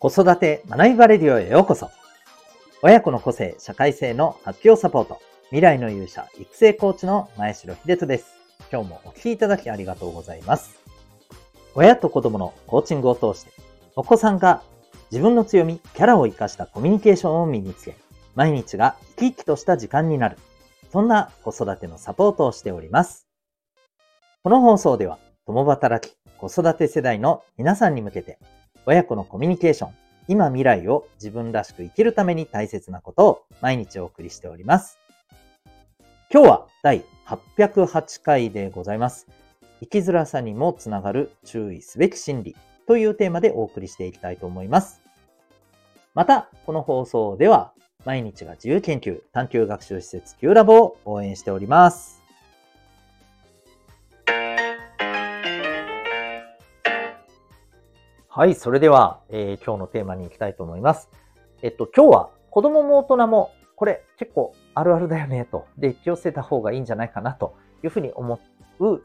子育て学びバレディオへようこそ。親子の個性、社会性の発揮をサポート。未来の勇者、育成コーチの前城秀人です。今日もお聞きいただきありがとうございます。親と子供のコーチングを通して、お子さんが自分の強み、キャラを生かしたコミュニケーションを身につけ、毎日が生き生きとした時間になる。そんな子育てのサポートをしております。この放送では、共働き、子育て世代の皆さんに向けて、親子のコミュニケーション、今未来を自分らしく生きるために大切なことを毎日お送りしております。今日は第808回でございます。生きづらさにもつながる注意すべき心理というテーマでお送りしていきたいと思います。また、この放送では毎日が自由研究探究学習施設 Q ラボを応援しております。はい、それでは、今日のテーマに行きたいと思います。今日は子供も大人もこれ結構あるあるだよねと、で気をつけた方がいいんじゃないかなというふうに思う、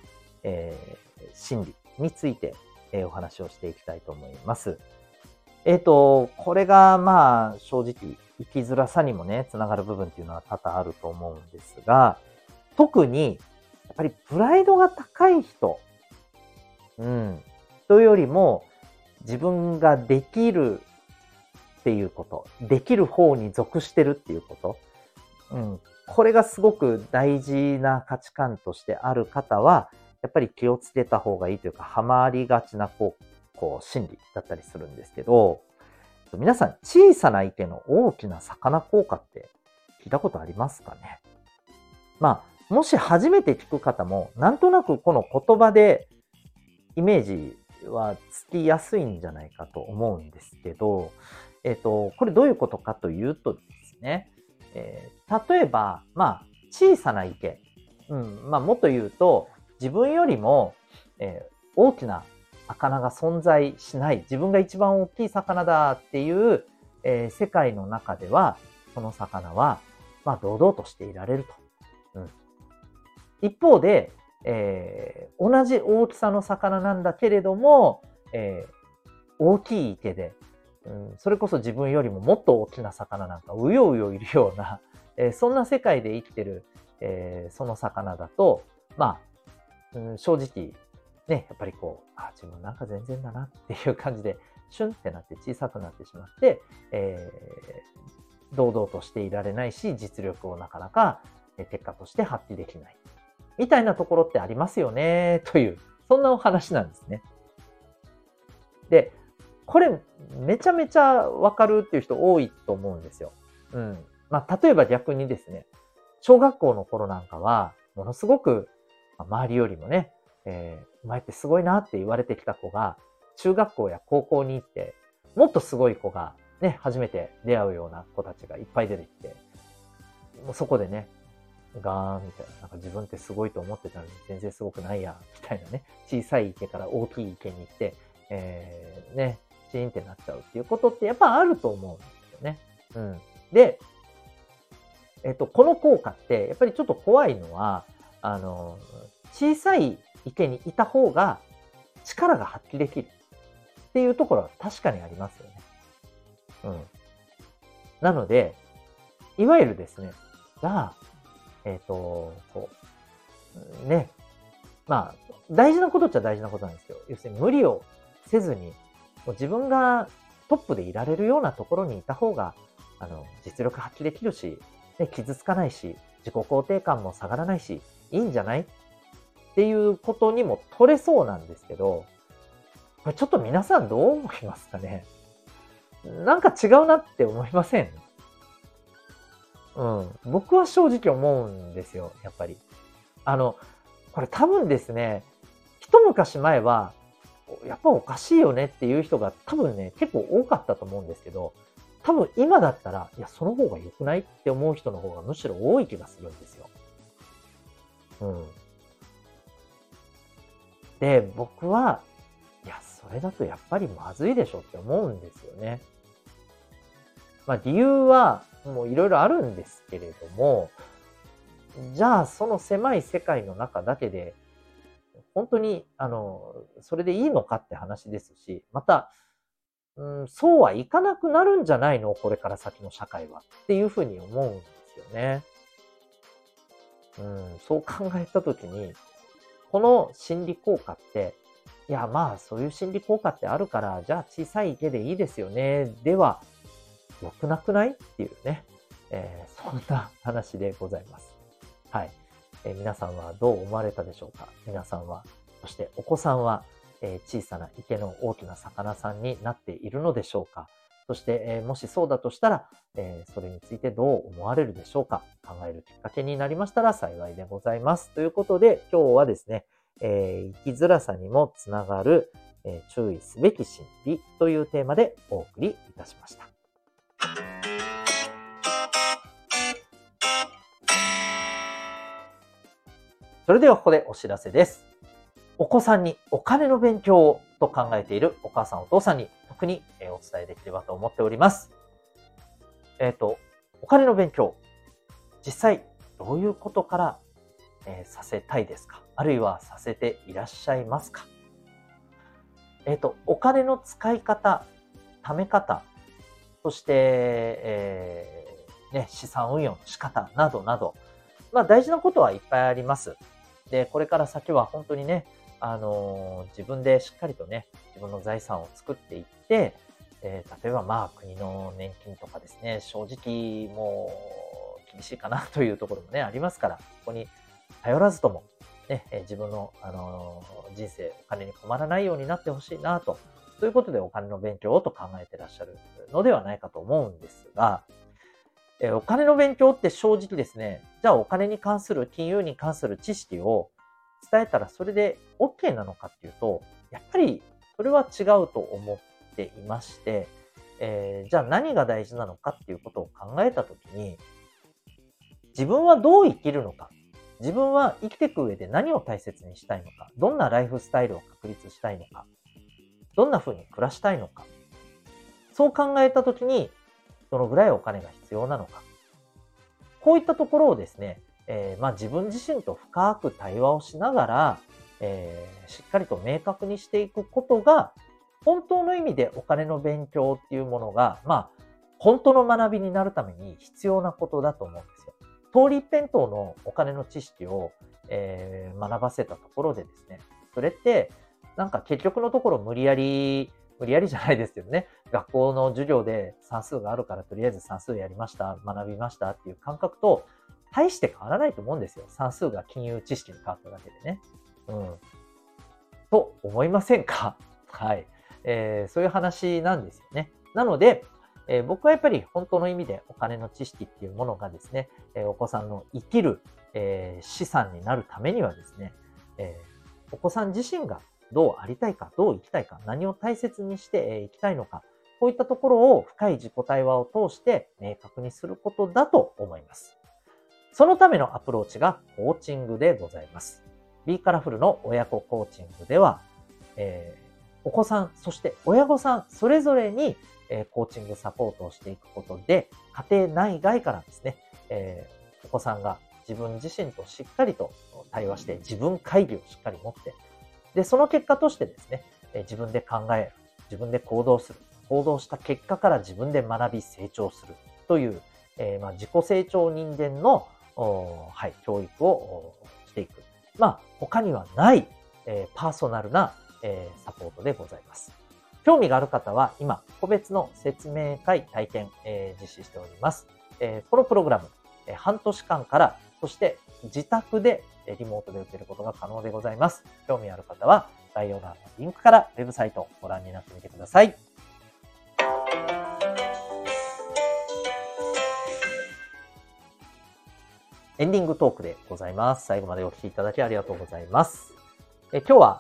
心理について、お話をしていきたいと思います。これが正直生きづらさにもね、つながる部分っていうのは多々あると思うんですが、特にやっぱりプライドが高い人、というよりも、自分ができるっていうこと、できる方に属してるっていうこと、これがすごく大事な価値観としてある方は、やっぱり気をつけた方がいいというか、ハマりがちな心理だったりするんですけど、皆さん、小さな池の大きな魚効果って聞いたことありますかね？もし初めて聞く方も、なんとなくこの言葉でイメージはつきやすいんじゃないかと思うんですけど、これどういうことかというとですね、例えば、小さな池、もっと言うと、自分よりも、大きな魚が存在しない、自分が一番大きい魚だっていう、世界の中では、その魚は、堂々としていられると。一方で、同じ大きさの魚なんだけれども、大きい池で、それこそ自分よりももっと大きな魚なんかうようよいるような、そんな世界で生きてる、その魚だと、正直、ね、やっぱり自分なんか全然だなっていう感じで、シュンってなって小さくなってしまって、堂々としていられないし、実力をなかなか結果として発揮できない。みたいなところってありますよね、という、そんなお話なんですね。で、これ、めちゃめちゃわかるっていう人多いと思うんですよ。例えば逆にですね、小学校の頃なんかは、ものすごく、周りよりもね、お前ってすごいなって言われてきた子が、中学校や高校に行って、もっとすごい子がね、初めて出会うような子たちがいっぱい出てきて、もうそこでね、ガーンみたいな、なんか自分ってすごいと思ってたのに全然すごくないや、みたいなね、小さい池から大きい池に行って、チーンってなっちゃうっていうことってやっぱあると思うんですよね。で、この効果ってやっぱりちょっと怖いのは、小さい池にいた方が力が発揮できるっていうところは確かにありますよね。なので、いわゆるですね、大事なことっちゃ大事なことなんですよ。要するに無理をせずに、もう自分がトップでいられるようなところにいた方が、実力発揮できるし、傷つかないし、自己肯定感も下がらないし、いいんじゃないっていうことにも取れそうなんですけど、これちょっと皆さんどう思いますかね？なんか違うなって思いません？僕は正直思うんですよ、やっぱり。これ多分ですね、一昔前は、やっぱおかしいよねっていう人が多分ね、結構多かったと思うんですけど、多分今だったら、いや、その方が良くないって思う人の方がむしろ多い気がするんですよ。で、僕は、いや、それだとやっぱりまずいでしょって思うんですよね。理由はもういろいろあるんですけれども、じゃあその狭い世界の中だけで、本当にそれでいいのかって話ですし、また、 そうはいかなくなるんじゃないのこれから先の社会は。っていうふうに思うんですよね。そう考えたときに、この心理効果って、いや、まあ、そういう心理効果ってあるから、じゃあ小さい池でいいですよね。では、良くなくないっていうね、そんな話でございます。はい。皆さんはどう思われたでしょうか？皆さんは、そしてお子さんは、小さな池の大きな魚さんになっているのでしょうか？そして、もしそうだとしたら、それについてどう思われるでしょうか？考えるきっかけになりましたら幸いでございます。ということで、今日はですね、生きづらさにもつながる、注意すべき心理というテーマでお送りいたしました。それではここでお知らせです。お子さんにお金の勉強をと考えているお母さんお父さんに特にお伝えできればと思っております。お金の勉強、実際どういうことから、させたいですか？あるいはさせていらっしゃいますか？お金の使い方、貯め方、そして、資産運用の仕方などなど、大事なことはいっぱいあります。で、これから先は本当にね、自分でしっかりとね、自分の財産を作っていって、例えば国の年金とかですね、正直もう厳しいかなというところもね、ありますから、そこに頼らずとも、ね、自分の、人生、お金に困らないようになってほしいなと、そういうことでお金の勉強をと考えてらっしゃるのではないかと思うんですが、お金の勉強って正直ですね、じゃあお金に関する、金融に関する知識を伝えたらそれで OK なのかっていうと、やっぱりそれは違うと思っていまして、じゃあ何が大事なのかっていうことを考えたときに、自分はどう生きるのか、自分は生きていく上で何を大切にしたいのか、どんなライフスタイルを確立したいのか、どんな風に暮らしたいのか、そう考えたときに、どのぐらいお金が必要なのか。こういったところをですね、自分自身と深く対話をしながら、しっかりと明確にしていくことが、本当の意味でお金の勉強っていうものが、本当の学びになるために必要なことだと思うんですよ。通り一辺倒のお金の知識を、学ばせたところでですね、それって、なんか結局のところ無理やりじゃないですけどね、学校の授業で算数があるからとりあえず算数やりました、学びましたっていう感覚と大して変わらないと思うんですよ。算数が金融知識に変わっただけでね。うん。と思いませんか？はい。そういう話なんですよね。なので、僕はやっぱり本当の意味でお金の知識っていうものがですね、お子さんの生きる、資産になるためにはですね、お子さん自身がどうありたいか、どう生きたいか、何を大切にして生きたいのか、こういったところを深い自己対話を通して明確にすることだと思います。そのためのアプローチがコーチングでございます。B カラフルの親子コーチングでは、お子さん、そして親御さん、それぞれに、コーチングサポートをしていくことで、家庭内外からですね、お子さんが自分自身としっかりと対話して自分会議をしっかり持って、で、その結果としてですね、自分で考える、自分で行動する、行動した結果から自分で学び成長するという、自己成長人間の、教育をしていく。他にはない、パーソナルな、サポートでございます。興味がある方は今、個別の説明会体験、実施しております。このプログラム、半年間から、そして自宅でリモートで受けることが可能でございます。興味ある方は概要欄のリンクからウェブサイトをご覧になってみてください。エンディングトークでございます。最後までお聞きいただきありがとうございます。今日は、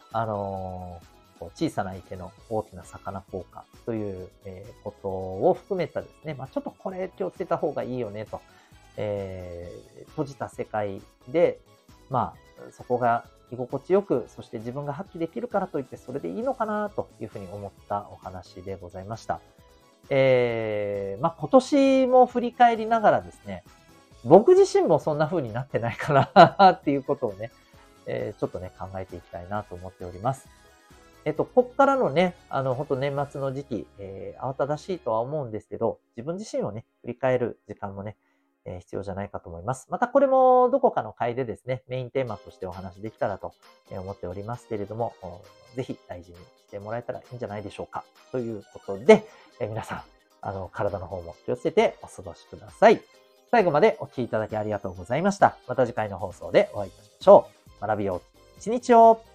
小さな池の大きな魚効果という、ことを含めたですね、ちょっとこれ気をつけた方がいいよねと、閉じた世界で、そこが居心地よく、そして自分が発揮できるからといってそれでいいのかなというふうに思ったお話でございました。今年も振り返りながらですね、僕自身もそんな風になってないかなっていうことをね、ちょっとね、考えていきたいなと思っております。 こっからのね、本当年末の時期、慌ただしいとは思うんですけど、自分自身をね、振り返る時間もね、必要じゃないかと思います。またこれもどこかの回でですね、メインテーマとしてお話できたらと思っておりますけれども、ぜひ大事にしてもらえたらいいんじゃないでしょうか。ということで、皆さん、体の方も気をつけてお過ごしください。最後までお聞きいただきありがとうございました。また次回の放送でお会いいたしましょう。学びよう一日を。